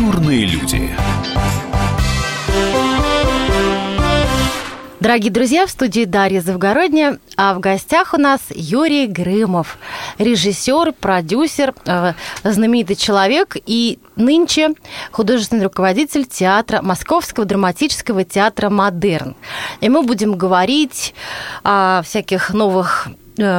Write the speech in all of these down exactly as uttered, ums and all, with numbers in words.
Культурные люди. Дорогие друзья, в студии Дарья Завгородняя, а в гостях у нас Юрий Грымов, режиссер, продюсер, знаменитый человек и нынче художественный руководитель театра, Московского драматического театра «Модерн». И мы будем говорить о всяких новых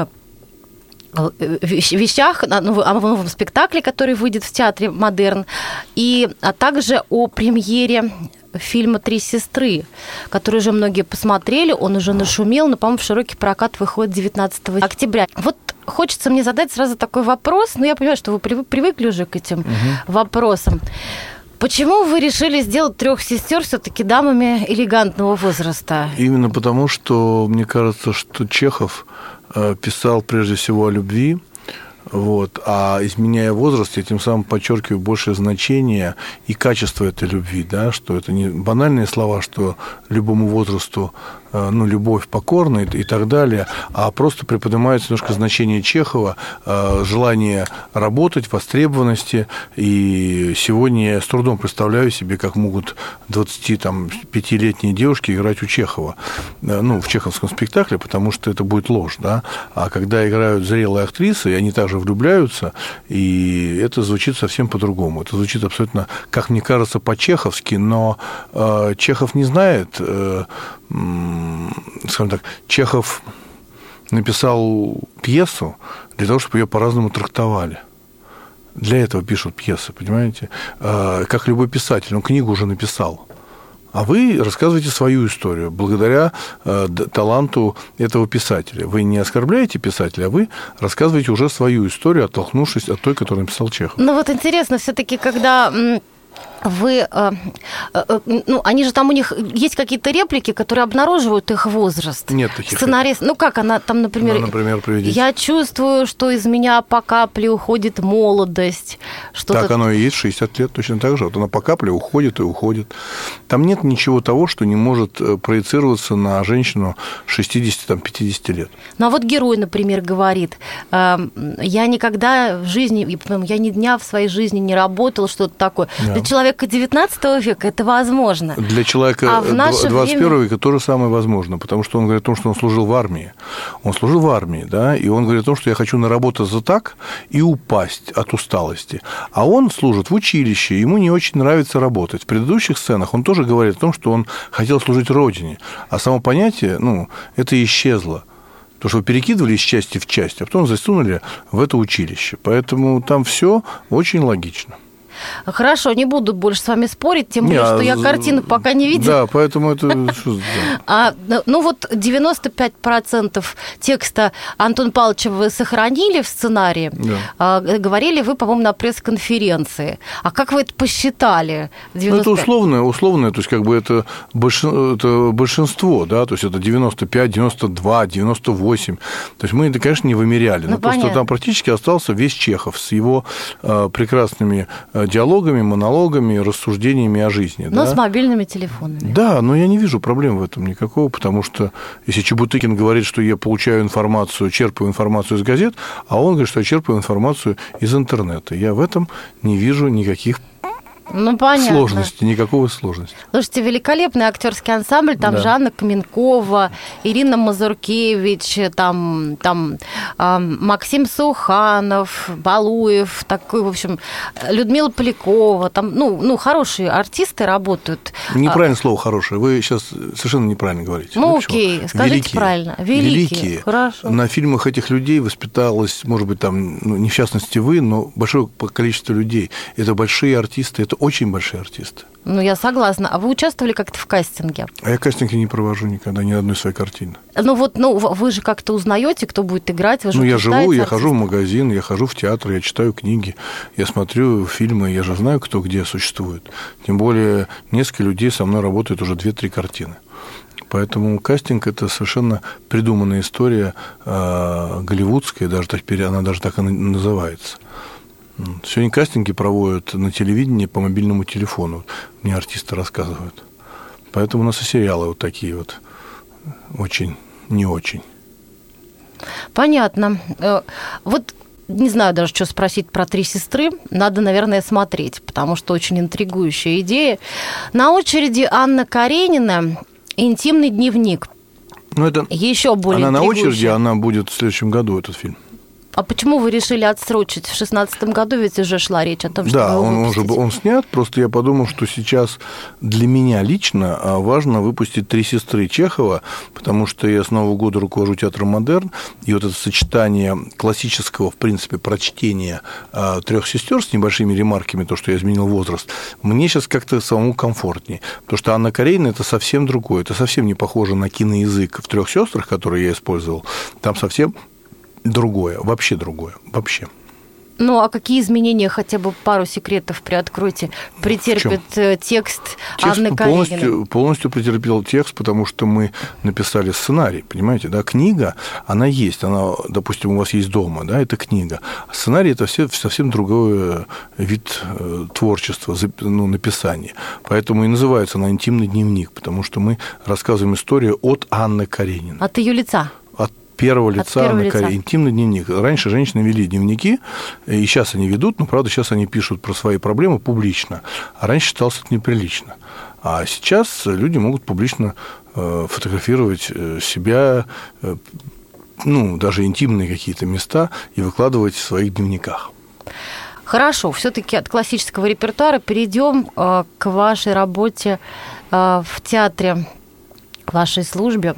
вещах, о новом спектакле, который выйдет в театре «Модерн», и а также о премьере фильма «Три сестры», который уже многие посмотрели, он уже нашумел, но, по-моему, в широкий прокат выходит девятнадцатого октября. Вот хочется мне задать сразу такой вопрос, но я понимаю, что вы привыкли уже к этим угу. вопросам. Почему вы решили сделать трех сестер все-таки дамами элегантного возраста? Именно потому, что мне кажется, что Чехов писал прежде всего о любви, вот, а изменяя возраст, я тем самым подчеркиваю большее значение и качество этой любви, да, что это не банальные слова, что любому возрасту, ну, любовь покорна и так далее, а просто приподнимается немножко значение Чехова, желание работать, востребованности, и сегодня я с трудом представляю себе, как могут двадцатипятилетние девушки играть у Чехова, ну, в чеховском спектакле, потому что это будет ложь, да, а когда играют зрелые актрисы, и они также влюбляются, и это звучит совсем по-другому. Это звучит абсолютно, как мне кажется, по-чеховски, но э, Чехов не знает, э, э, скажем так, Чехов написал пьесу для того, чтобы ее по-разному трактовали. Для этого пишут пьесы, понимаете? Э, как любой писатель, он книгу уже написал. А вы рассказываете свою историю благодаря э, таланту этого писателя. Вы не оскорбляете писателя, а вы рассказываете уже свою историю, оттолкнувшись от той, которую написал Чехов. Ну вот интересно, все-таки, когда вы, ну, они же там, у них есть какие-то реплики, которые обнаруживают их возраст. Нет таких. Сценарист, ну как она там, например, ну, например, приведите. Я чувствую, что из меня по капле уходит молодость. Что-то... Так оно и есть, шестьдесят лет точно так же. Вот она по капле уходит и уходит. Там нет ничего того, что не может проецироваться на женщину шестидесяти-пятидесяти лет. Ну а вот герой, например, говорит, я никогда в жизни, я ни дня в своей жизни не работал, что-то такое. Да. Для человека девятнадцатого века это возможно. Для человека а двадцать первого время... века то же самое возможно, потому что он говорит о том, что он служил в армии. Он служил в армии, да, и он говорит о том, что я хочу наработаться так и упасть от усталости. А он служит в училище, ему не очень нравится работать. В предыдущих сценах он тоже говорит о том, что он хотел служить Родине, а само понятие, ну, это исчезло. То, что вы перекидывали из части в часть, а потом засунули в это училище. Поэтому там все очень логично. Хорошо, не буду больше с вами спорить, тем более, не, что я картину пока не видела. Да, поэтому это... а, ну вот девяносто пять процентов текста Антона Павловича вы сохранили в сценарии. Да. А, говорили вы, по-моему, на пресс-конференции. А как вы это посчитали? девяносто пять? Ну, это условное, условное, то есть как бы это, большин... это большинство, да, то есть это девяносто пять, девяносто два, девяносто восемь. То есть мы это, конечно, не вымеряли, ну, но понятно. Просто там практически остался весь Чехов с его э, прекрасными диалогами, монологами, рассуждениями о жизни. Но да? с мобильными телефонами. Да, но я не вижу проблем в этом никакого, потому что если Чебутыкин говорит, что я получаю информацию, черпаю информацию из газет, а он говорит, что я черпаю информацию из интернета, я в этом не вижу никаких ну, понятно. Сложности, никакой сложности. Слушайте, великолепный актерский ансамбль, там да. Жанна Каменкова, Ирина Мазуркевич, там, там э, Максим Суханов, Балуев, такой, в общем, Людмила Полякова, там, ну, ну, хорошие артисты работают. Неправильное а... слово «хорошее», вы сейчас совершенно неправильно говорите. Ну, ну окей, скажите великие, правильно. Великие, великие. Хорошо. На фильмах этих людей воспиталось, может быть, там, ну, не в частности вы, но большое количество людей. Это большие артисты, это очень большие артисты. Ну, я согласна. А вы участвовали как-то в кастинге? А я кастинги не провожу никогда, ни одной своей картины. Ну, вот, ну, вы же как-то узнаете, кто будет играть? Вы же ну, я живу, артиста? Я хожу в магазин, я хожу в театр, я читаю книги, я смотрю фильмы, я же знаю, кто где существует. Тем более, несколько людей со мной работают уже две-три картины. Поэтому кастинг – это совершенно придуманная история, э, голливудская, даже теперь она даже так и называется. Сегодня кастинги проводят на телевидении по мобильному телефону, мне артисты рассказывают. Поэтому у нас и сериалы вот такие вот, очень, не очень. Понятно. Вот не знаю даже, что спросить про «Три сестры». Надо, наверное, смотреть, потому что очень интригующая идея. На очереди Анна Каренина «Интимный дневник». Ну, это еще более она интригующая. На очереди, она будет в следующем году, этот фильм. А почему вы решили отсрочить? В шестнадцатом году ведь уже шла речь о том, что да, его он уже он снят, просто я подумал, что сейчас для меня лично важно выпустить «Три сестры» Чехова, потому что я с Нового года руковожу театром «Модерн», и вот это сочетание классического, в принципе, прочтения «Трех сестер» с небольшими ремарками, то, что я изменил возраст, мне сейчас как-то самому комфортнее, потому что Анна Каренина – это совсем другое, это совсем не похоже на киноязык в «Трех сестрах», который я использовал, там совсем другое, вообще другое, вообще. Ну, а какие изменения, хотя бы пару секретов приоткройте, претерпит текст, текст Анны полностью, Карениной? Полностью претерпел текст, потому что мы написали сценарий, понимаете, да, книга, она есть, она, допустим, у вас есть дома, да, это книга. А сценарий – это все, совсем другой вид творчества, ну, написания. Поэтому и называется она «Интимный дневник», потому что мы рассказываем историю от Анны Карениной. От ее лица? Первого лица, первого на лица. Каре, интимный дневник. Раньше женщины вели дневники, и сейчас они ведут, но, правда, сейчас они пишут про свои проблемы публично, а раньше считалось это неприлично. А сейчас люди могут публично фотографировать себя, ну, даже интимные какие-то места, и выкладывать в своих дневниках. Хорошо, все-таки от классического репертуара перейдем к вашей работе в театре, вашей службе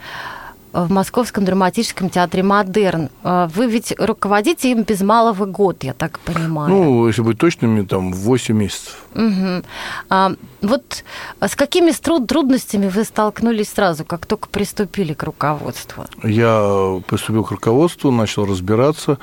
в Московском драматическом театре «Модерн». Вы ведь руководите им без малого год, я так понимаю. Ну, если быть точными, там, восемь месяцев. Угу. А вот с какими трудностями вы столкнулись сразу, как только приступили к руководству? Я приступил к руководству, начал разбираться,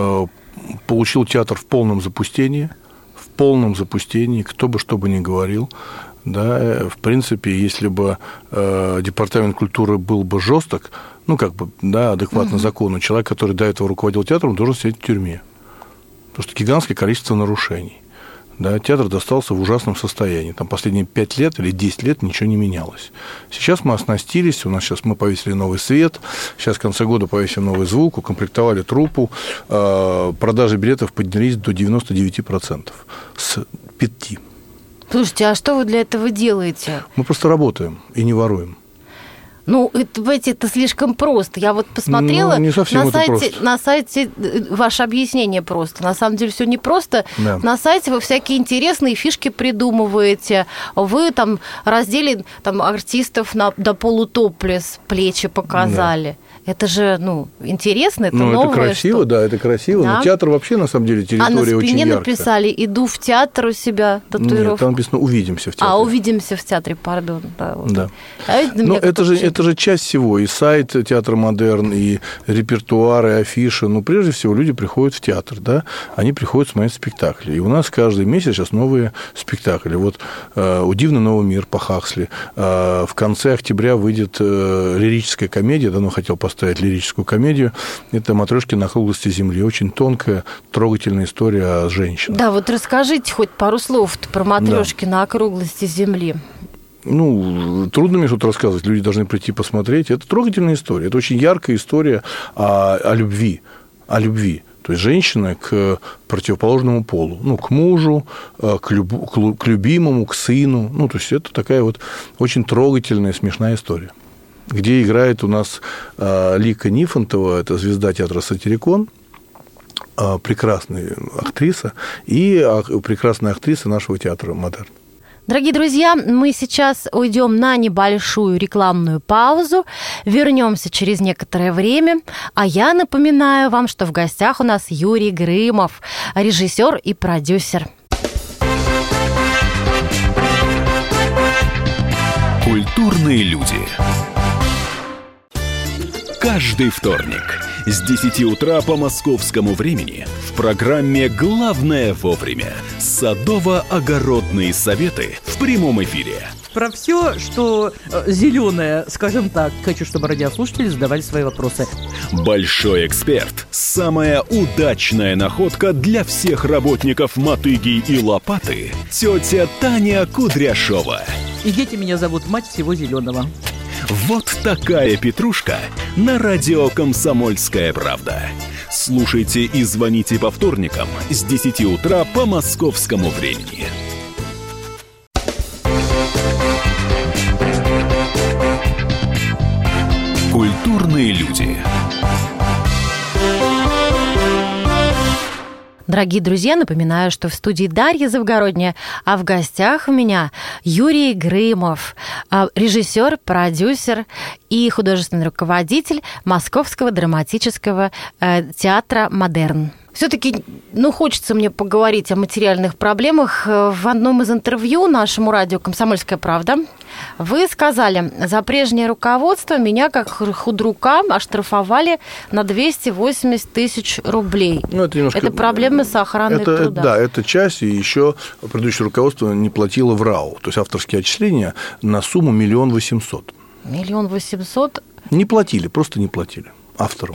получил театр в полном запустении, в полном запустении, кто бы что бы ни говорил. Да, в принципе, если бы э, департамент культуры был бы жесток, ну, как бы, да, адекватно uh-huh. закону, человек, который до этого руководил театром, должен сидеть в тюрьме. Потому что гигантское количество нарушений. Да, театр достался в ужасном состоянии. Там последние пять лет или десять лет ничего не менялось. Сейчас мы оснастились, у нас сейчас мы повесили новый свет, сейчас в конце года повесим новый звук, укомплектовали труппу, э, продажи билетов поднялись до девяносто девять процентов с пяти процентов. Слушайте, а что вы для этого делаете? Мы просто работаем и не воруем. Ну, это, это слишком просто. Я вот посмотрела ну, не совсем на, это сайте, просто. на сайте ваше объяснение просто. На самом деле все не просто. Да. На сайте вы всякие интересные фишки придумываете. Вы там раздели там, артистов на, до полутоплес, плечи показали. Да. Это же, ну, интересно, это ну, новое. Ну, это красиво, что... да, это красиво. Да. Но театр вообще, на самом деле, территория очень яркая. А на спине написали «Иду в театр» у себя, татуировку. Нет, там написано «Увидимся в театре». А, «Увидимся в театре», пардон. Да. Вот. да. А это ну, это же, это же часть всего. И сайт театра «Модерн», и репертуар, и афиши. Ну, прежде всего, люди приходят в театр, да, они приходят смотреть спектакли. И у нас каждый месяц сейчас новые спектакли. Вот э, «У Дивный новый мир» по Хаксли. Э, в конце октября выйдет э, лирическая комедия, давно хотел поставить лирическую комедию. Это «Матрешки на округлости земли». Очень тонкая, трогательная история о женщинах. Да, вот расскажите хоть пару слов про «Матрешки да. на округлости земли». Ну, трудно мне что-то рассказывать. Люди должны прийти посмотреть. Это трогательная история. Это очень яркая история о, о любви. О любви. То есть женщина к противоположному полу, ну, к мужу, к, люб... к любимому, к сыну. Ну, то есть это такая вот очень трогательная, смешная история, где играет у нас Лика Нифонтова, это звезда театра «Сатирикон», прекрасная актриса, и прекрасная актриса нашего театра «Модерн». Дорогие друзья, мы сейчас уйдем на небольшую рекламную паузу, вернемся через некоторое время, а я напоминаю вам, что в гостях у нас Юрий Грымов, режиссер и продюсер. Культурные люди. Каждый вторник с десяти утра по московскому времени в программе «Главное вовремя» садово-огородные советы в прямом эфире. Про все, что зеленое, скажем так, хочу, чтобы радиослушатели задавали свои вопросы. Большой эксперт. Самая удачная находка для всех работников мотыги и лопаты. Тетя Таня Кудряшова. И дети меня зовут мать всего зеленого. Вот такая петрушка на радио «Комсомольская правда». Слушайте и звоните по вторникам с десяти утра по московскому времени. Культурные люди. Дорогие друзья, напоминаю, что в студии Дарья Завгородняя, а в гостях у меня Юрий Грымов, режиссер, продюсер и художественный руководитель Московского драматического театра «Модерн». Все-таки, ну, хочется мне поговорить о материальных проблемах. В одном из интервью нашему радио «Комсомольская правда» вы сказали: за прежнее руководство меня, как худрука, оштрафовали на двести восемьдесят тысяч рублей. Ну, это, немножко... это проблемы с охраной это, труда. Да, это часть, и еще предыдущее руководство не платило в РАО, то есть авторские отчисления на сумму миллион восемьсот. Миллион восемьсот? Не платили, просто не платили автору.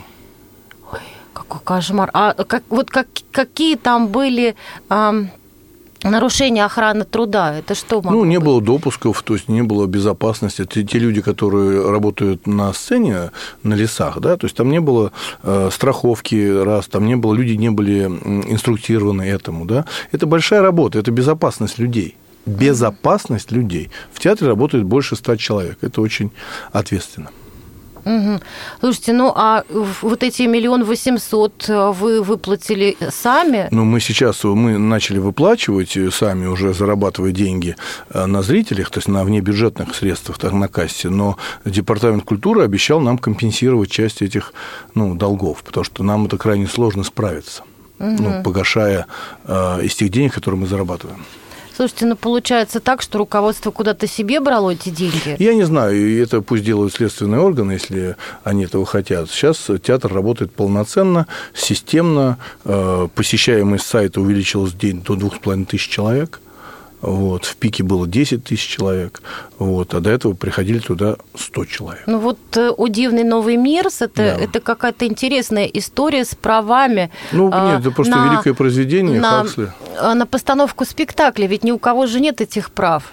Какой кошмар. А как, вот как, какие там были а, нарушения охраны труда? Это что могло Ну, не быть? было допусков, то есть не было безопасности. Те, те люди, которые работают на сцене, на лесах, да, то есть там не было э, страховки, раз, там не было, люди не были инструктированы этому, да. Это большая работа, это безопасность людей. Безопасность людей. В театре работает больше ста человек. Это очень ответственно. Угу. Слушайте, ну а вот эти миллион восемьсот вы выплатили сами? Ну, мы сейчас мы начали выплачивать сами, уже зарабатывая деньги на зрителях, то есть на внебюджетных средствах, так, на кассе, но Департамент культуры обещал нам компенсировать часть этих, ну, долгов, потому что нам это крайне сложно справиться, угу. ну, погашая э, из тех денег, которые мы зарабатываем. Слушайте, ну получается так, что руководство куда-то себе брало эти деньги? Я не знаю, и это пусть делают следственные органы, если они этого хотят. Сейчас театр работает полноценно, системно, посещаемость сайта увеличилась в день до двух с половиной тысяч человек. Вот, в пике было десять тысяч человек, вот, а до этого приходили туда сто человек. Ну вот «О дивный новый мир» это, да. это какая-то интересная история с правами. Ну, нет, это просто на, великое произведение на, Хаксли. На постановку спектакля, ведь ни у кого же нет этих прав.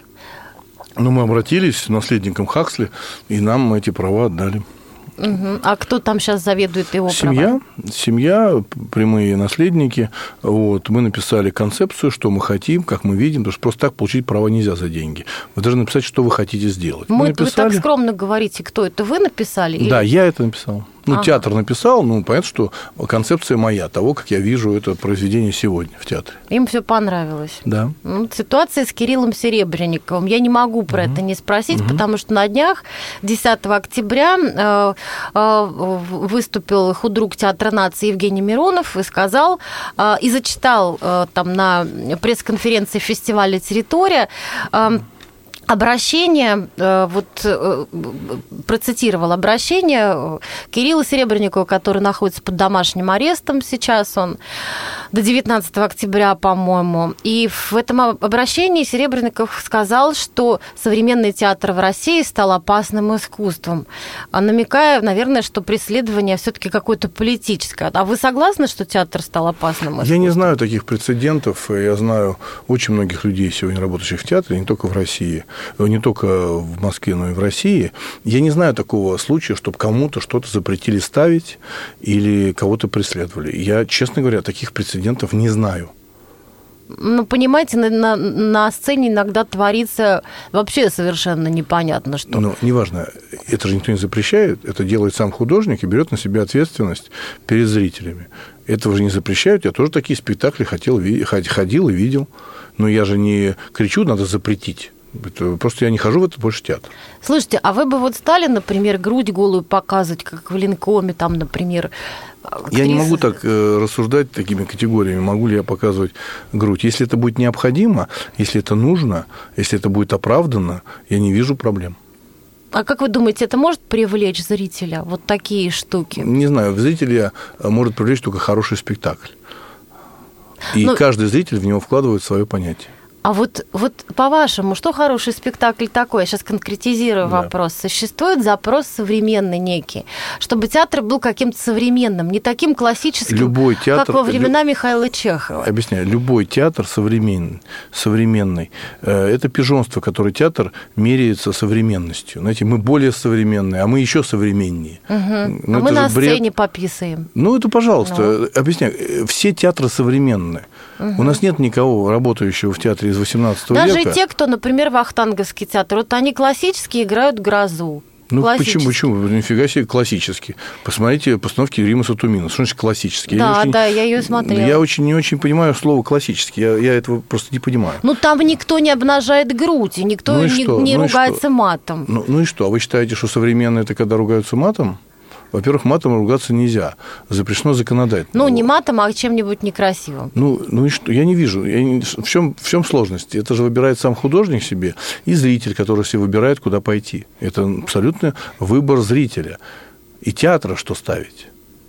Ну, мы обратились к наследникам Хаксли, и нам эти права отдали. Угу. А кто там сейчас заведует его семья, правами? Семья, прямые наследники. Вот, мы написали концепцию, что мы хотим, как мы видим, потому что просто так получить права нельзя за деньги. Вы должны написать, что вы хотите сделать. Мы, мы написали... Вы так скромно говорите, кто это, вы написали? Или... Да, я это написал. Ну, ага. театр написал, ну, понятно, что концепция моя, того, как я вижу это произведение сегодня в театре. Им все понравилось. Да. Ну, ситуация с Кириллом Серебренниковым. Я не могу про угу. это не спросить, угу. потому что на днях, десятого октября, э, э, выступил худрук Театра нации Евгений Миронов и сказал, э, и зачитал э, там на пресс-конференции фестиваля «Территория», э, обращение, вот процитировал обращение Кирилла Серебренникова, который находится под домашним арестом сейчас, он до девятнадцатого октября, по-моему. И в этом обращении Серебренников сказал, что современный театр в России стал опасным искусством, намекая, наверное, что преследование все-таки какое-то политическое. А вы согласны, что театр стал опасным искусством? Я не знаю таких прецедентов. Я знаю очень многих людей, сегодня работающих в театре, не только в России, не только в Москве, но и в России. Я не знаю такого случая, чтобы кому-то что-то запретили ставить или кого-то преследовали. Я, честно говоря, таких прецедентов не знаю. Ну, понимаете, на, на, на сцене иногда творится вообще совершенно непонятно что. Ну, неважно, это же никто не запрещает, это делает сам художник и берет на себя ответственность перед зрителями. Этого же не запрещают, я тоже такие спектакли хотел, ходил и видел, но я же не кричу, надо запретить. Это просто я не хожу в этот больше театр. Слушайте, а вы бы вот стали, например, грудь голую показывать, как в Ленкоме, там, например, актрисы? Я не могу так рассуждать такими категориями, могу ли я показывать грудь. Если это будет необходимо, если это нужно, если это будет оправдано, я не вижу проблем. А как вы думаете, это может привлечь зрителя, вот такие штуки? Не знаю, зрителя может привлечь только хороший спектакль. И ну, каждый зритель в него вкладывает свое понятие. А вот, вот по-вашему, что хороший спектакль такой? Я сейчас конкретизирую Да. вопрос. Существует запрос современный некий, чтобы театр был каким-то современным, не таким классическим, Любой театр, как во времена лю... Михаила Чехова. Объясняю. Любой театр современный, современный э, это пижонство, которое театр меряется современностью. Знаете, мы более современные, а мы еще современнее. Угу. Ну, а мы это на же бред. сцене пописаем. Ну, это, пожалуйста, ну. объясняю. Все театры современные. Угу. У нас нет никого, работающего в театре из восемнадцатого Даже века. Даже те, кто, например, Вахтанговский театр, вот они классически играют «Грозу». Ну, почему, почему? Нифига себе классический. Посмотрите постановки Римаса Тумина. Что значит классический? Да, я очень, да, я ее смотрела. Я очень не очень понимаю слово классический. Я, я этого просто не понимаю. Ну, там никто не обнажает грудь, и никто ну и не, что? не ну ругается матом. Ну, ну и что? А вы считаете, что современные это когда ругаются матом? Во-первых, матом ругаться нельзя. Запрещено законодательно. Ну, не матом, а чем-нибудь некрасивым. Ну, ну и что? Я не вижу. Я не... В, чем, в чем сложность? Это же выбирает сам художник себе и зритель, который себе выбирает, куда пойти. Это абсолютно выбор зрителя. И театра что ставить?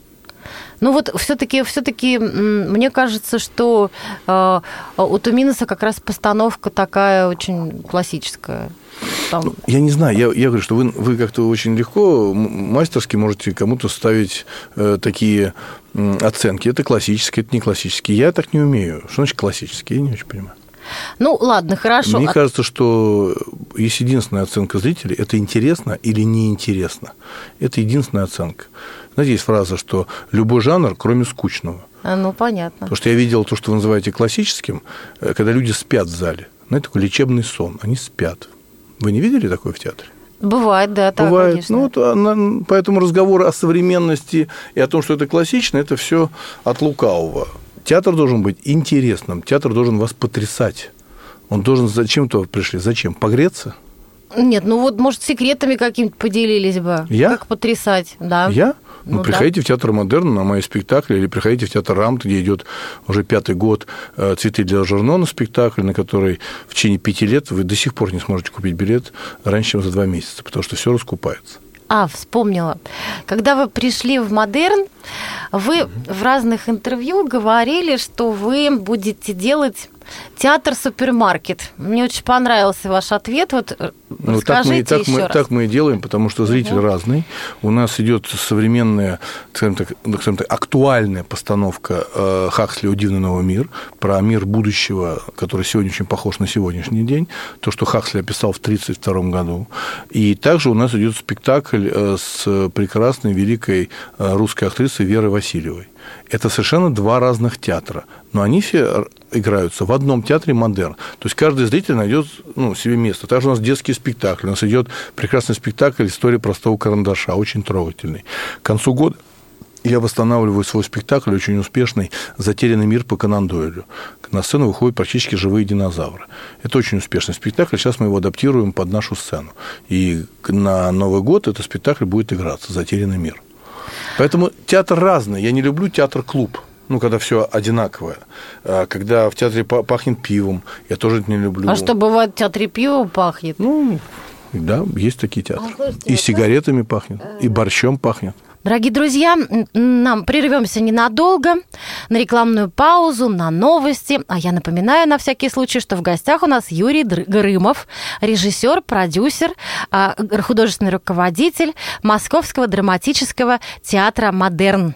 Ну вот все-таки, все-таки мне кажется, что э, у Туминаса как раз постановка такая очень классическая. Там... Ну, я не знаю, я, я говорю, что вы, вы как-то очень легко, мастерски можете кому-то ставить э, такие э, оценки. Это классические, это не классические. Я так не умею. Что значит классические? Я не очень понимаю. Ну, ладно, хорошо. Мне кажется, что есть единственная оценка зрителей – это интересно или неинтересно. Это единственная оценка. Знаете, есть фраза, что любой жанр, кроме скучного. А, ну, понятно. Потому что я видел то, что вы называете классическим, когда люди спят в зале. Знаете, такой лечебный сон. Они спят. Вы не видели такое в театре? Бывает, да, так, Бывает. конечно. Ну, вот, она, поэтому разговор о современности и о том, что это классично, это все от лукавого. Театр должен быть интересным, театр должен вас потрясать. Он должен... Зачем-то пришли? Зачем? Погреться? Нет, ну вот, может, секретами какими-то поделились бы. Я? Как потрясать, да. Я? Ну, Ну, приходите да. в театр «Модерн» на мои спектакли, или приходите в театр «Рамт», где идет уже пятый год «Цветы для Жирнона» спектакль, на который в течение пяти лет вы до сих пор не сможете купить билет раньше, чем за два месяца, потому что все раскупается. А, вспомнила. Когда вы пришли в «Модерн», вы mm-hmm. в разных интервью говорили, что вы будете делать театр-супермаркет. Мне очень понравился ваш ответ. Вот ну, расскажите так мы, так еще мы, раз. Так мы и делаем, потому что зритель uh-huh. разный. У нас идет современная, скажем так, скажем так, актуальная постановка э, Хаксли «О дивный новый мир», про мир будущего, который сегодня очень похож на сегодняшний день, то, что Хаксли описал в тридцать втором году. И также у нас идет спектакль э, с прекрасной, великой э, русской актрисой Верой Васильевой. Это совершенно два разных театра, но они все играются в одном театре «Модерн». То есть каждый зритель найдет ну, себе место. Также у нас детский спектакль. У нас идет прекрасный спектакль «История простого карандаша», очень трогательный. К концу года я восстанавливаю свой спектакль, очень успешный «Затерянный мир» по Конан Дойлю. На сцену выходят практически живые динозавры. Это очень успешный спектакль. Сейчас мы его адаптируем под нашу сцену. И на Новый год этот спектакль будет играться «Затерянный мир». Поэтому театр разный. Я не люблю театр-клуб, ну, когда все одинаковое. Когда в театре пахнет пивом, я тоже это не люблю. А что, бывает, в театре пивом пахнет? Ну, да, есть такие театры. И сигаретами пахнет, и борщом пахнет. Дорогие друзья, нам прервемся ненадолго, на рекламную паузу, на новости. А я напоминаю на всякий случай, что в гостях у нас Юрий Грымов, режиссер, продюсер, художественный руководитель Московского драматического театра «Модерн».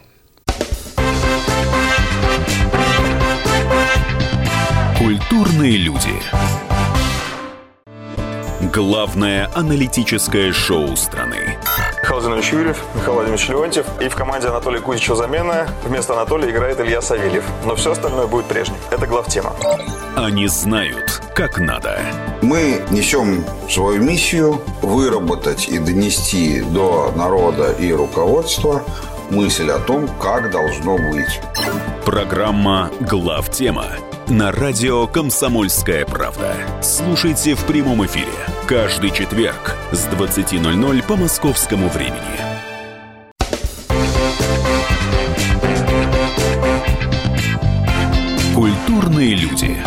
Культурные люди. Главное аналитическое шоу страны. Михаил Зинович Юрьев, Михаил Владимирович Леонтьев. И в команде Анатолия Кузичева замена. Вместо Анатолия играет Илья Савельев. Но все остальное будет прежним. Это главтема. Они знают, как надо. Мы несем свою миссию выработать и донести до народа и руководства мысль о том, как должно быть. Программа «Главтема» на радио «Комсомольская правда». Слушайте в прямом эфире каждый четверг с двадцати ноль-ноль по московскому времени. Культурные люди.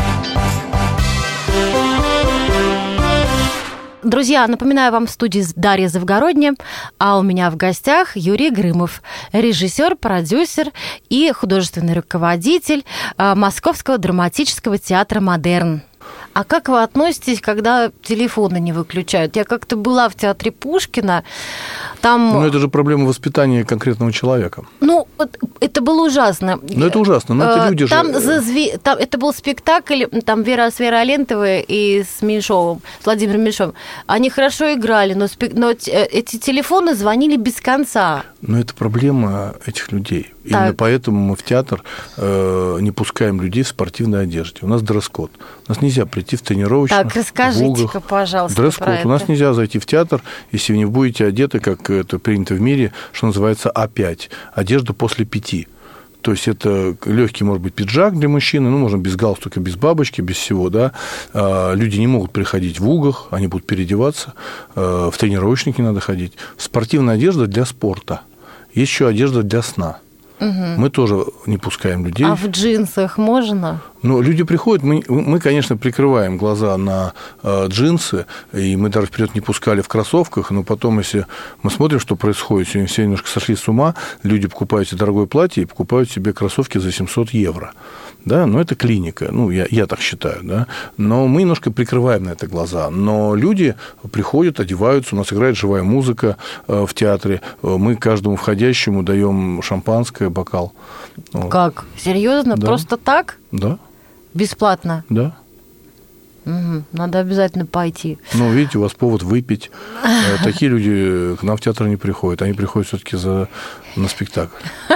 Друзья, напоминаю вам, в студии Дарья Завгородняя, а у меня в гостях Юрий Грымов, режиссер, продюсер и художественный руководитель Московского драматического театра «Модерн». А как вы относитесь, когда телефоны не выключают? Я как-то была в театре Пушкина, там... Ну, это же проблема воспитания конкретного человека. Ну, это было ужасно. Ну, это ужасно, но это люди там же... Зазви... Там, это был спектакль, там Вера с Верой Алентовой и с Меньшовым, с Владимиром Меньшовым. Они хорошо играли, но, спек... но эти телефоны звонили без конца. Но это проблема этих людей. Так. Именно поэтому мы в театр э, не пускаем людей в спортивной одежде. У нас дресс-код. У нас нельзя прийти в тренировочных, так, расскажите-ка, пожалуйста, дресс-код. У нас нельзя зайти в театр, если вы не будете одеты, как это принято в мире, что называется А пять. Одежда после пяти. То есть это легкий, может быть, пиджак для мужчины, ну, можно без галстука, без бабочки, без всего, да. Люди не могут приходить в угах, они будут переодеваться, в тренировочники надо ходить. Спортивная одежда для спорта. Есть еще одежда для сна. Угу. Мы тоже не пускаем людей. А в джинсах можно? Ну, люди приходят, мы, мы, конечно, прикрываем глаза на э, джинсы, и мы даже вперед не пускали в кроссовках, но потом, если мы смотрим, что происходит, сегодня все немножко сошли с ума, люди покупают себе дорогое платье и покупают себе кроссовки за семьсот евро. Да, но это клиника, ну, я, я так считаю, да, но мы немножко прикрываем на это глаза, но люди приходят, одеваются, у нас играет живая музыка э, в театре, мы каждому входящему даем шампанское, бокал. Как? Серьезно? Да. Просто так? Да. Бесплатно? Да. Угу. Надо обязательно пойти. Ну, видите, у вас повод выпить. Такие люди к нам в театр не приходят. Они приходят все-таки за... на спектакль.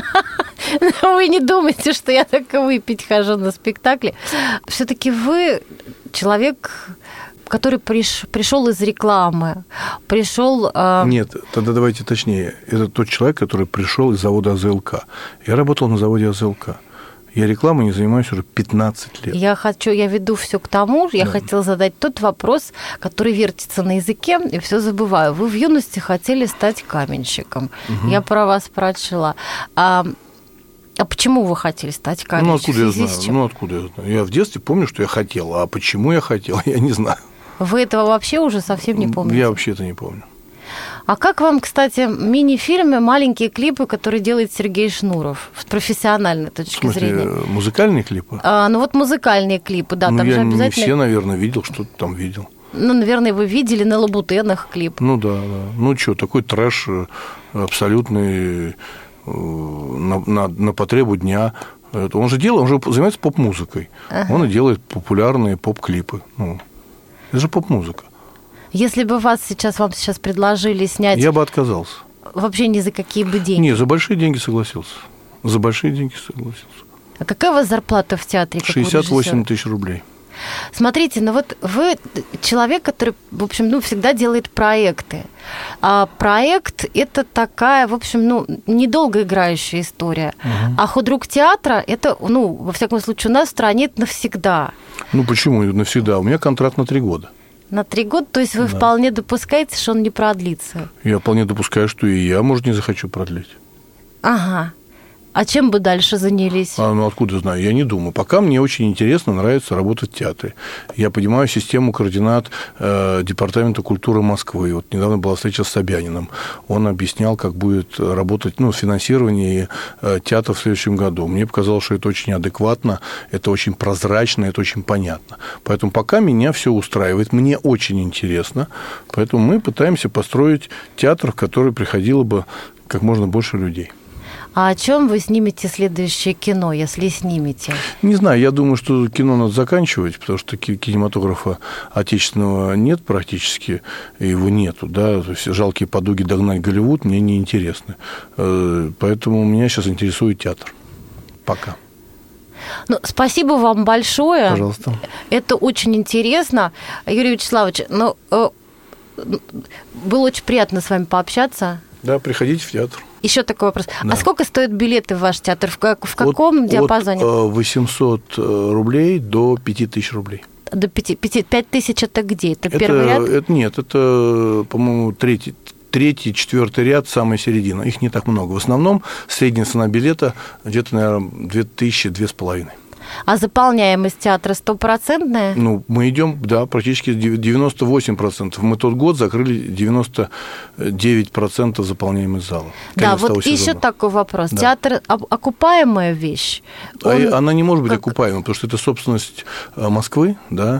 Вы не думаете, что я так выпить хожу на спектакли. Все-таки вы человек, который приш... пришел из рекламы, пришел... Э... Нет, тогда давайте точнее. Это тот человек, который пришел из завода АЗЛК. Я работал на заводе АЗЛК. Я рекламой не занимаюсь уже пятнадцать лет. Я хочу, я веду все к тому, я да. хотела задать тот вопрос, который вертится на языке, и все забываю. Вы в юности хотели стать каменщиком. Угу. Я про вас прочла. А, а почему вы хотели стать каменщиком? Ну, откуда я знаю? Ну, откуда я знаю? Я в детстве помню, что я хотел, а почему я хотел, я не знаю. Вы этого вообще уже совсем не помните? Я вообще это не помню. А как вам, кстати, мини-фильмы, маленькие клипы, которые делает Сергей Шнуров с профессиональной точки В смысле, зрения? Музыкальные клипы? А, ну вот музыкальные клипы, да. Ну, там я же обязательно... не все, наверное, видел, что-то там видел. Ну, наверное, вы видели на Лабутенах клип. Ну да, да. Ну что, такой трэш абсолютный на, на, на потребу дня. Он же делает, он же занимается поп-музыкой. Ага. Он и делает популярные поп-клипы. Ну, это же поп-музыка. Если бы вас сейчас, вам сейчас предложили снять... Я бы отказался. Вообще ни за какие бы деньги? Не, за большие деньги согласился. За большие деньги согласился. А какая у вас зарплата в театре? шестьдесят восемь тысяч рублей. Смотрите, ну вот вы человек, который, в общем, ну, всегда делает проекты. А проект – это такая, в общем, ну, недолго играющая история. Угу. А худрук театра – это, ну, во всяком случае, у нас в стране это навсегда. Ну, почему навсегда? У меня контракт на три года. На три года? То есть вы да. вполне допускаете, что он не продлится? Я вполне допускаю, что и я, может, не захочу продлить. Ага. А чем бы дальше занялись? А, ну, откуда знаю? Я не думаю. Пока мне очень интересно, нравится работать в театре. Я понимаю систему координат э, Департамента культуры Москвы. Вот недавно была встреча с Собяниным. Он объяснял, как будет работать ну, финансирование э, театра в следующем году. Мне показалось, что это очень адекватно, это очень прозрачно, это очень понятно. Поэтому пока меня все устраивает. Мне очень интересно. Поэтому мы пытаемся построить театр, в который приходило бы как можно больше людей. А о чем вы снимете следующее кино, если снимете? Не знаю, я думаю, что кино надо заканчивать, потому что кинематографа отечественного нет практически, его нету, да, то есть жалкие подуги догнать Голливуд мне не интересны. Поэтому меня сейчас интересует театр. Пока. Ну, спасибо вам большое. Пожалуйста. Это очень интересно. Юрий Вячеславович, ну, было очень приятно с вами пообщаться. Да, приходите в театр. Еще такой вопрос. Да. А сколько стоят билеты в ваш театр? В, как, в каком от, диапазоне? От восемьсот рублей до пять тысяч рублей. До пяти, пять тысяч это где? Это, это первый ряд? Это, нет, это, по-моему, третий, третий, четвертый ряд, самая середина. Их не так много. В основном средняя цена билета где-то, наверное, две тысячи, две с половиной. А заполняемость театра стопроцентная? Ну, мы идем, да, практически девяносто восемь процентов. Мы тот год закрыли девяносто девять процентов заполняемость зала. Да, вот еще такой вопрос. Да. Театр окупаемая вещь? Он... Она не может быть как... окупаемой, потому что это собственность Москвы, да,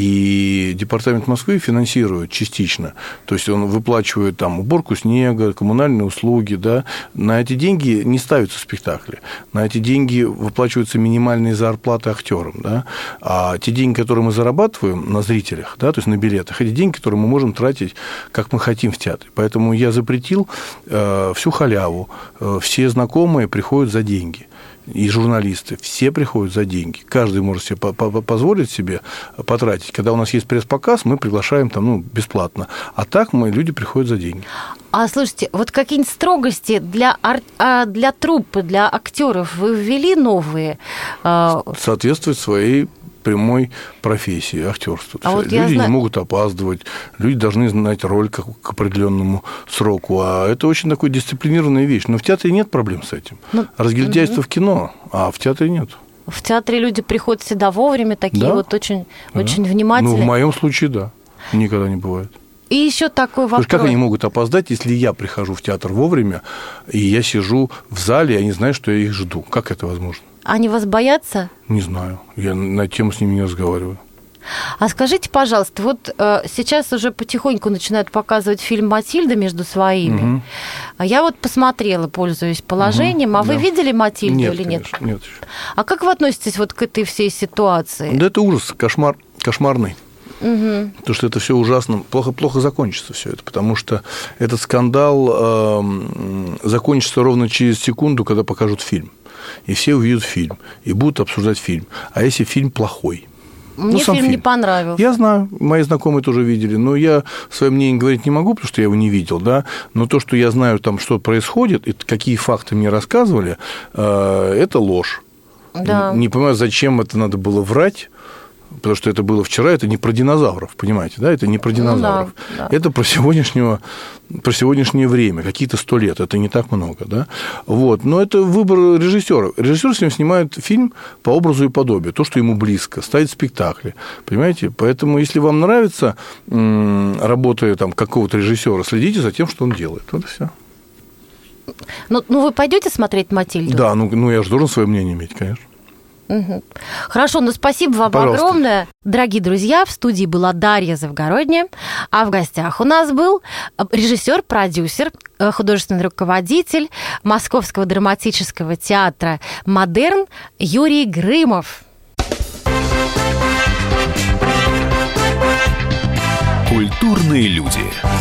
и департамент Москвы финансирует частично. То есть он выплачивает там уборку снега, коммунальные услуги, да. На эти деньги не ставятся спектакли. На эти деньги выплачиваются минимальные зарплаты актерам, да, а те деньги, которые мы зарабатываем на зрителях, да, то есть на билетах, эти деньги, которые мы можем тратить, как мы хотим в театре. Поэтому я запретил э, всю халяву, э, все знакомые приходят за деньги. И журналисты, все приходят за деньги. Каждый может себе позволить себе потратить. Когда у нас есть пресс-показ, мы приглашаем там, ну, бесплатно. А так мы, люди приходят за деньги. А слушайте, вот какие-нибудь строгости для, для труппы, для актеров вы ввели новые? Соответствует своей прямой профессии, актерству. А вот люди знаю... не могут опаздывать, люди должны знать роль как, к определенному сроку. А это очень такая дисциплинированная вещь. Но в театре нет проблем с этим. Ну, Разгильдяйство угу. в кино, а в театре нет. В театре люди приходят всегда вовремя, такие да? вот очень, да. очень внимательные. Ну, в моем случае, да. Никогда не бывает. И еще такой вопрос. Как они могут опоздать, если я прихожу в театр вовремя, и я сижу в зале, и они знают, что я их жду? Как это возможно? Они вас боятся? Не знаю. Я на тему с ними не разговариваю. А скажите, пожалуйста, вот э, сейчас уже потихоньку начинают показывать фильм «Матильда» между своими. Угу. Я вот посмотрела, пользуясь положением. Угу, а вы да. видели «Матильду» нет, или нет? Конечно, нет. А как вы относитесь вот к этой всей ситуации? Да это ужас, кошмар, кошмарный. Угу. Потому что это все ужасно, плохо, плохо закончится все это, потому что этот скандал э, закончится ровно через секунду, когда покажут фильм. И все увидят фильм, и будут обсуждать фильм. А если фильм плохой? Мне ну, фильм, фильм не фильм. понравился. Я знаю, мои знакомые тоже видели, но я свое мнение говорить не могу, потому что я его не видел, да, но то, что я знаю, там, что происходит, и какие факты мне рассказывали, э, это ложь. Да. Не понимаю, зачем это надо было врать, потому что это было вчера, это не про динозавров, понимаете, да, это не про динозавров, ну, да, да. это про сегодняшнего, про сегодняшнее время, какие-то сто лет, это не так много, да, вот, но это выбор режиссера. Режиссер с ним снимает фильм по образу и подобию, то, что ему близко, ставит спектакли, понимаете, поэтому, если вам нравится работа там какого-то режиссера, следите за тем, что он делает, вот и все. Ну, ну вы пойдете смотреть «Матильду»? Да, ну, ну я же должен свое мнение иметь, конечно. Угу. Хорошо, ну спасибо вам Пожалуйста. огромное. Дорогие друзья, в студии была Дарья Завгородняя, а в гостях у нас был режиссер, продюсер, художественный руководитель Московского драматического театра «Модерн» Юрий Грымов. Культурные люди.